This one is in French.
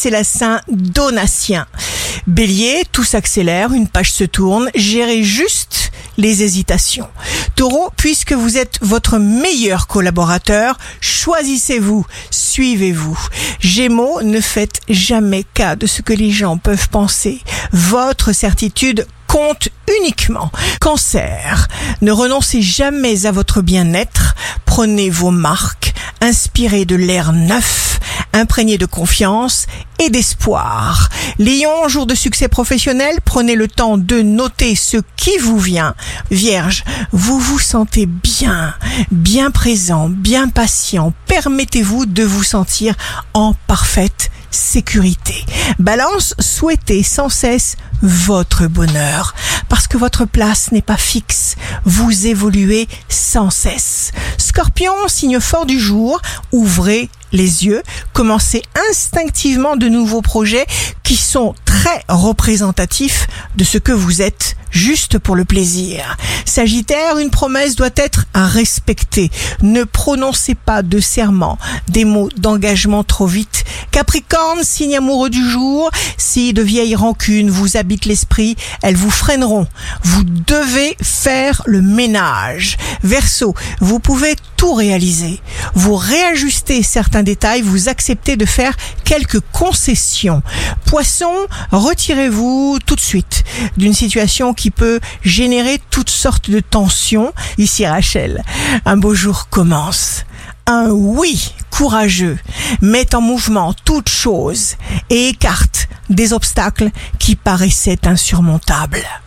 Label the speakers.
Speaker 1: c'est la Saint-Donatien. Bélier, tout s'accélère, une page se tourne, gérez juste les hésitations. Taureau, puisque vous êtes votre meilleur collaborateur, choisissez-vous, suivez-vous. Gémeaux, ne faites jamais cas de ce que les gens peuvent penser. Votre certitude compte uniquement. Cancer, ne renoncez jamais à votre bien-être, prenez vos marques, inspirez de l'air neuf, imprégné de confiance et d'espoir. Lion, jour de succès professionnel, prenez le temps de noter ce qui vous vient. Vierge, vous vous sentez bien présent, bien patient. Permettez-vous de vous sentir en parfaite sécurité. Balance, souhaitez sans cesse votre bonheur, parce que votre place n'est pas fixe, vous évoluez sans cesse. Scorpion, signe fort du jour, ouvrez les yeux, commencez instinctivement de nouveaux projets qui sont très représentatifs de ce que vous êtes, juste pour le plaisir. Sagittaire, une promesse doit être respectée. Ne prononcez pas de serment, des mots d'engagement trop vite. Capricorne, signe amoureux du jour, si de vieilles rancunes vous habitent l'esprit, elles vous freineront. Vous devez faire le ménage. Verseau, vous pouvez tout réaliser. Vous réajustez certains détails, vous acceptez de faire quelques concessions. Poisson, retirez-vous tout de suite d'une situation qui peut générer toutes sortes de tensions. Ici Rachel, un beau jour commence. Un oui courageux met en mouvement toute chose et écarte des obstacles qui paraissaient insurmontables.